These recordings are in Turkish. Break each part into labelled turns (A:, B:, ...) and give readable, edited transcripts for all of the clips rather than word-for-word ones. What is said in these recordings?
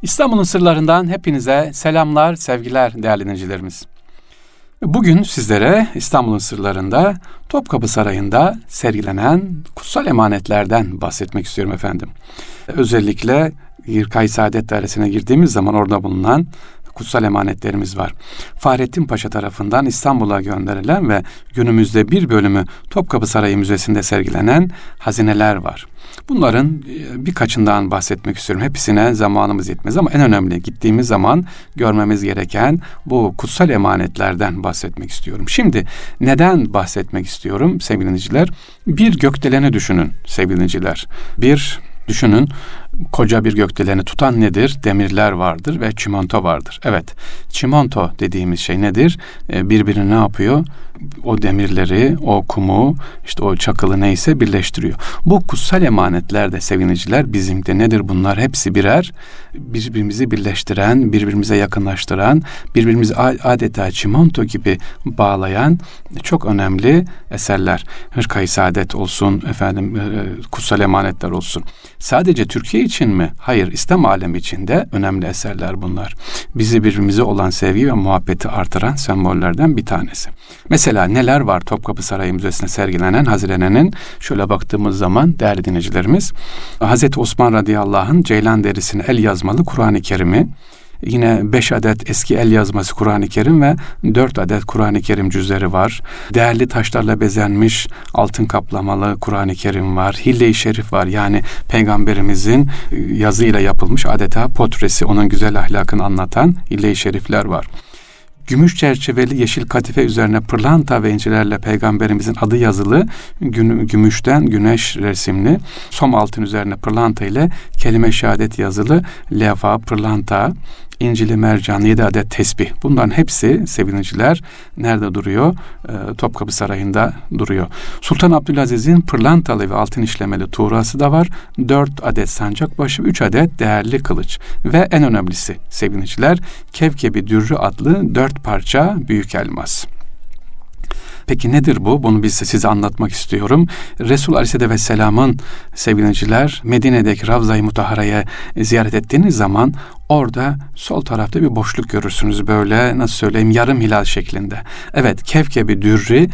A: İstanbul'un sırlarından hepinize selamlar, sevgiler değerli dinleyicilerimiz. Bugün sizlere İstanbul'un sırlarında Topkapı Sarayı'nda sergilenen kutsal emanetlerden bahsetmek istiyorum efendim. Özellikle Yırkay Saadet Dairesi'ne girdiğimiz zaman orada bulunan kutsal emanetlerimiz var. Fahrettin Paşa tarafından İstanbul'a gönderilen ve günümüzde bir bölümü Topkapı Sarayı Müzesi'nde sergilenen hazineler var. Bunların birkaçından bahsetmek istiyorum. Hepsine zamanımız yetmez ama en önemli gittiğimiz zaman görmemiz gereken bu kutsal emanetlerden bahsetmek istiyorum. Şimdi neden bahsetmek istiyorum sevgili dinleyiciler? Bir gökdeleni düşünün sevgili dinleyiciler. Düşünün, koca bir gökdeleni tutan nedir? Demirler vardır ve çimento vardır. Evet, çimento dediğimiz şey nedir? Birbirini ne yapıyor? O demirleri, o kumu, işte o çakılı neyse birleştiriyor. Bu kutsal emanetler de sevgiliciler bizimde nedir? Bunlar hepsi birer birbirimizi birleştiren, birbirimize yakınlaştıran, birbirimizi adeta çimento gibi bağlayan çok önemli eserler. Hırkay Saadet olsun, kutsal emanetler olsun. Sadece Türkiye için mi? Hayır, İslam alemi için de önemli eserler bunlar. Bizi birbirimize olan sevgi ve muhabbeti artıran sembollerden bir tanesi. Mesela neler var Topkapı Sarayı Müzesi'nde sergilenen hazinenin? Şöyle baktığımız zaman değerli dinleyicilerimiz, Hazreti Osman radıyallahu anh ceylan derisine el yazmalı Kur'an-ı Kerim'i, yine 5 adet eski el yazması Kur'an-ı Kerim ve 4 adet Kur'an-ı Kerim cüzleri var. Değerli taşlarla bezenmiş altın kaplamalı Kur'an-ı Kerim var. Hille-i Şerif var. Yani Peygamberimizin yazıyla yapılmış adeta portresi, onun güzel ahlakını anlatan Hille-i Şerifler var. Gümüş çerçeveli yeşil kadife üzerine pırlanta ve incilerle Peygamberimizin adı yazılı gümüşten güneş resimli som altın üzerine pırlanta ile kelime-i şehadet yazılı levha, pırlanta, İncili mercan, 7 adet tesbih. Bunların hepsi sevgiliciler nerede duruyor? Topkapı Sarayı'nda duruyor. Sultan Abdülaziz'in pırlantalı ve altın işlemeli tuğrası da var. 4 adet sancakbaşı, 3 adet değerli kılıç. Ve en önemlisi sevgiliciler, Kevkeb-i Dürrü adlı 4 parça büyük elmas. Peki nedir bu? Bunu size anlatmak istiyorum. Resul Aleyhisselatü Vesselam'ın sevgiliciler Medine'deki Ravza-i Mutahhara'ya ziyaret ettiğiniz zaman orada sol tarafta bir boşluk görürsünüz. Böyle nasıl söyleyeyim, yarım hilal şeklinde. Evet, Kevkeb-i Dürri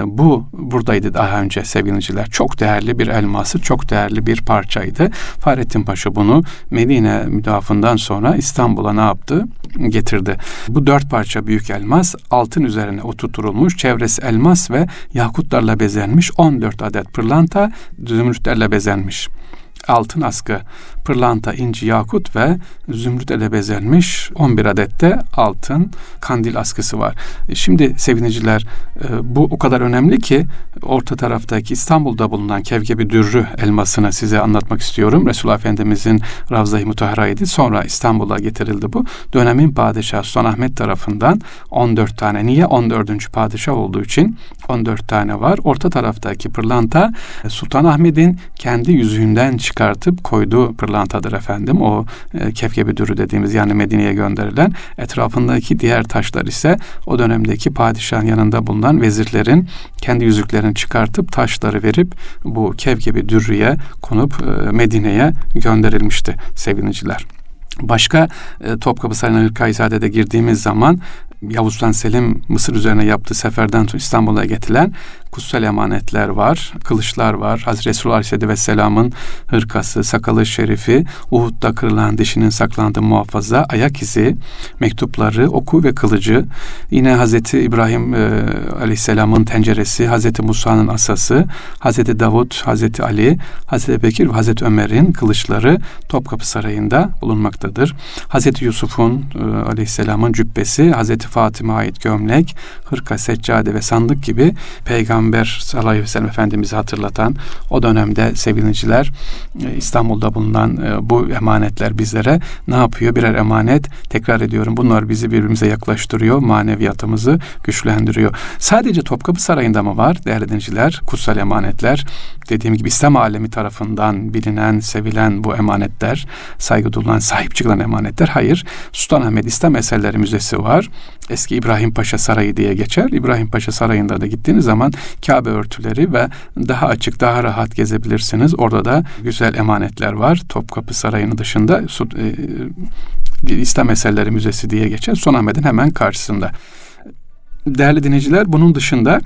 A: buradaydı daha önce sevgiliciler. Çok değerli bir elması, çok değerli bir parçaydı. Fahrettin Paşa bunu Medine müdafından sonra İstanbul'a ne yaptı? Getirdi. Bu 4 parça büyük elmas altın üzerine oturtulmuş, çevresi elmas ve yakutlarla bezenmiş, 14 adet pırlanta zümrütlerle bezenmiş. Altın askı, pırlanta, inci, yakut ve zümrüt ile bezenmiş 11 adet de altın kandil askısı var. Şimdi sevgiliciler, bu o kadar önemli ki orta taraftaki İstanbul'da bulunan Kevkeb-i Dürrü elmasını size anlatmak istiyorum. Resulullah Efendimizin Ravza-i Mutahhara'ydı. Sonra İstanbul'a getirildi bu. Dönemin padişahı Sultan Ahmet tarafından 14 tane. Niye? 14. padişah olduğu için 14 tane var. Orta taraftaki pırlanta Sultan Ahmet'in kendi yüzüğünden çıkartıp koyduğu pırlantadır efendim. O Kevkeb-i Dürrü dediğimiz, yani Medine'ye gönderilen. Etrafındaki diğer taşlar ise o dönemdeki padişahın yanında bulunan vezirlerin kendi yüzüklerini çıkartıp taşları verip bu Kevkeb-i Dürrü'ye konup Medine'ye gönderilmişti sevgiliciler. Başka Topkapı Sarayı'na Hırkay Saadet'e girdiğimiz zaman Yavuz Sultan Selim Mısır üzerine yaptığı seferden İstanbul'a getirilen kutsal emanetler var, kılıçlar var. Hazreti Resulullah Aleyhisselatü Vesselam'ın hırkası, sakalı şerifi, Uhud'da kırılan dişinin saklandığı muhafaza, ayak izi, mektupları, oku ve kılıcı, yine Hazreti İbrahim Aleyhisselam'ın tenceresi, Hazreti Musa'nın asası, Hazreti Davud, Hazreti Ali, Hazreti Bekir ve Hazreti Ömer'in kılıçları Topkapı Sarayı'nda bulunmaktadır. Hazreti Yusuf'un Aleyhisselam'ın cübbesi, Hazreti Fatıma'ya ait gömlek, hırka, seccade ve sandık gibi Peygamber sallallahu aleyhi ve sellem Efendimiz'i hatırlatan o dönemde sevgiliciler İstanbul'da bulunan bu emanetler bizlere ne yapıyor? Birer emanet, tekrar ediyorum, bunlar bizi birbirimize yaklaştırıyor, maneviyatımızı güçlendiriyor. Sadece Topkapı Sarayı'nda mı var değerli dinleyiciler kutsal emanetler? Dediğim gibi İslam alemi tarafından bilinen, sevilen bu emanetler, saygı duyulan, sahip çıkılan emanetler. Hayır, Sultanahmet İslam Eserleri Müzesi var. Eski İbrahim Paşa Sarayı diye geçer. İbrahim Paşa Sarayı'nda da gittiğiniz zaman Kabe örtüleri ve daha açık, daha rahat gezebilirsiniz. Orada da güzel emanetler var. Topkapı Sarayı'nın dışında İslam Eserleri Müzesi diye geçer. Sultanahmet'in hemen karşısında. Değerli dinleyiciler, bunun dışında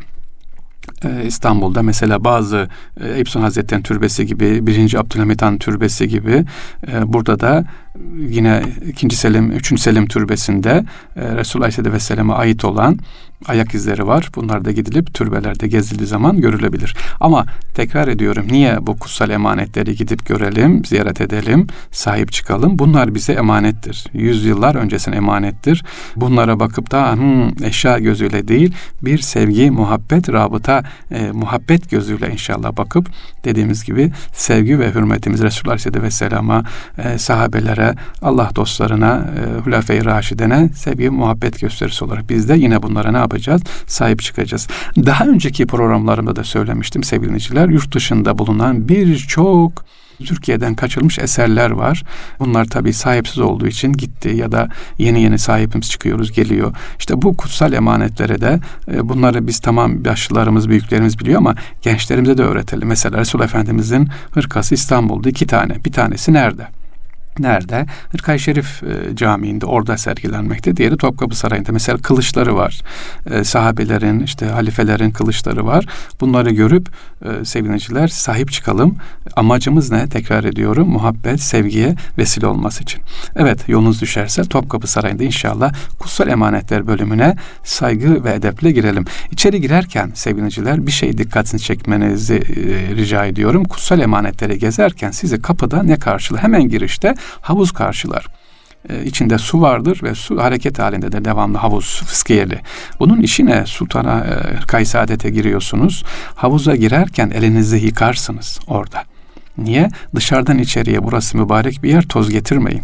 A: İstanbul'da mesela bazı Eyüp Sultan Hazretleri'nin türbesi gibi, 1. Abdülhamit Han türbesi gibi, burada da yine 2. Selim, 3. Selim türbesinde Resulullah Aleyhisselatü Vesselam'a ait olan ayak izleri var. Bunlar da gidilip türbelerde gezildiği zaman görülebilir. Ama tekrar ediyorum, niye bu kutsal emanetleri gidip görelim, ziyaret edelim, sahip çıkalım? Bunlar bize emanettir. Yüzyıllar öncesine emanettir. Bunlara bakıp da eşya gözüyle değil, bir sevgi, muhabbet, rabıta, muhabbet gözüyle inşallah bakıp, dediğimiz gibi sevgi ve hürmetimiz Resulullah Aleyhisselatü Vesselam'a, sahabelere, Allah dostlarına, Hulefai Raşidene sevgi, muhabbet gösterisi olarak biz de yine bunlara ne yapacağız? Sahip çıkacağız. Daha önceki programlarımda da söylemiştim sevgili dinleyiciler, yurt dışında bulunan birçok Türkiye'den kaçırılmış eserler var. Bunlar tabii sahipsiz olduğu için gitti ya da yeni sahibimiz çıkıyoruz, geliyor. İşte bu kutsal emanetlere de bunları biz tamam yaşlılarımız, büyüklerimiz biliyor ama gençlerimize de öğretelim. Mesela Resulullah Efendimizin hırkası İstanbul'da 2 tane. Bir tanesi nerede? Nerede? Hırkayı Şerif Camii'nde, orada sergilenmekte. Diğeri Topkapı Sarayı'nda. Mesela kılıçları var. Sahabelerin, işte halifelerin kılıçları var. Bunları görüp sevgiliciler sahip çıkalım. Amacımız ne? Tekrar ediyorum. Muhabbet, sevgiye vesile olması için. Evet, yolunuz düşerse Topkapı Sarayı'nda inşallah Kutsal Emanetler bölümüne saygı ve edeple girelim. İçeri girerken sevgiliciler bir şey dikkatini çekmenizi rica ediyorum. Kutsal emanetleri gezerken sizi kapıda ne karşılar? Hemen girişte havuz karşılar. İçinde su vardır ve su hareket halinde de devamlı havuz fıskiyeli. Bunun işine Sultan'a Hırkayı Saadet'e giriyorsunuz. Havuza girerken elinizi yıkarsınız orada. Niye? Dışarıdan içeriye, burası mübarek bir yer, toz getirmeyin.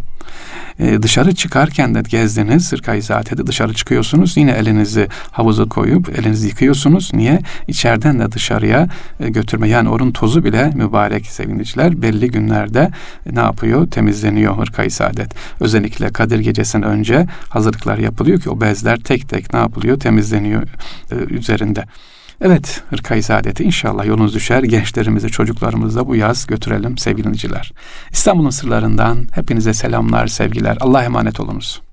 A: Dışarı çıkarken de gezdiniz, Hırkayı Saadet'e dışarı çıkıyorsunuz. Yine elinizi havuza koyup elinizi yıkıyorsunuz. Niye? İçeriden de dışarıya götürme. Yani onun tozu bile mübarek sevgiliciler. Belli günlerde ne yapıyor? Temizleniyor Hırkayı Saadet. Özellikle Kadir Gecesi'nden önce hazırlıklar yapılıyor ki o bezler tek tek ne yapılıyor? Temizleniyor üzerinde. Evet, Hırkayı Saadet'i inşallah yolunuz düşer. Gençlerimizi, çocuklarımızı da bu yaz götürelim sevgili dinleyiciler. İstanbul'un sırlarından hepinize selamlar, sevgiler. Allah'a emanet olunuz.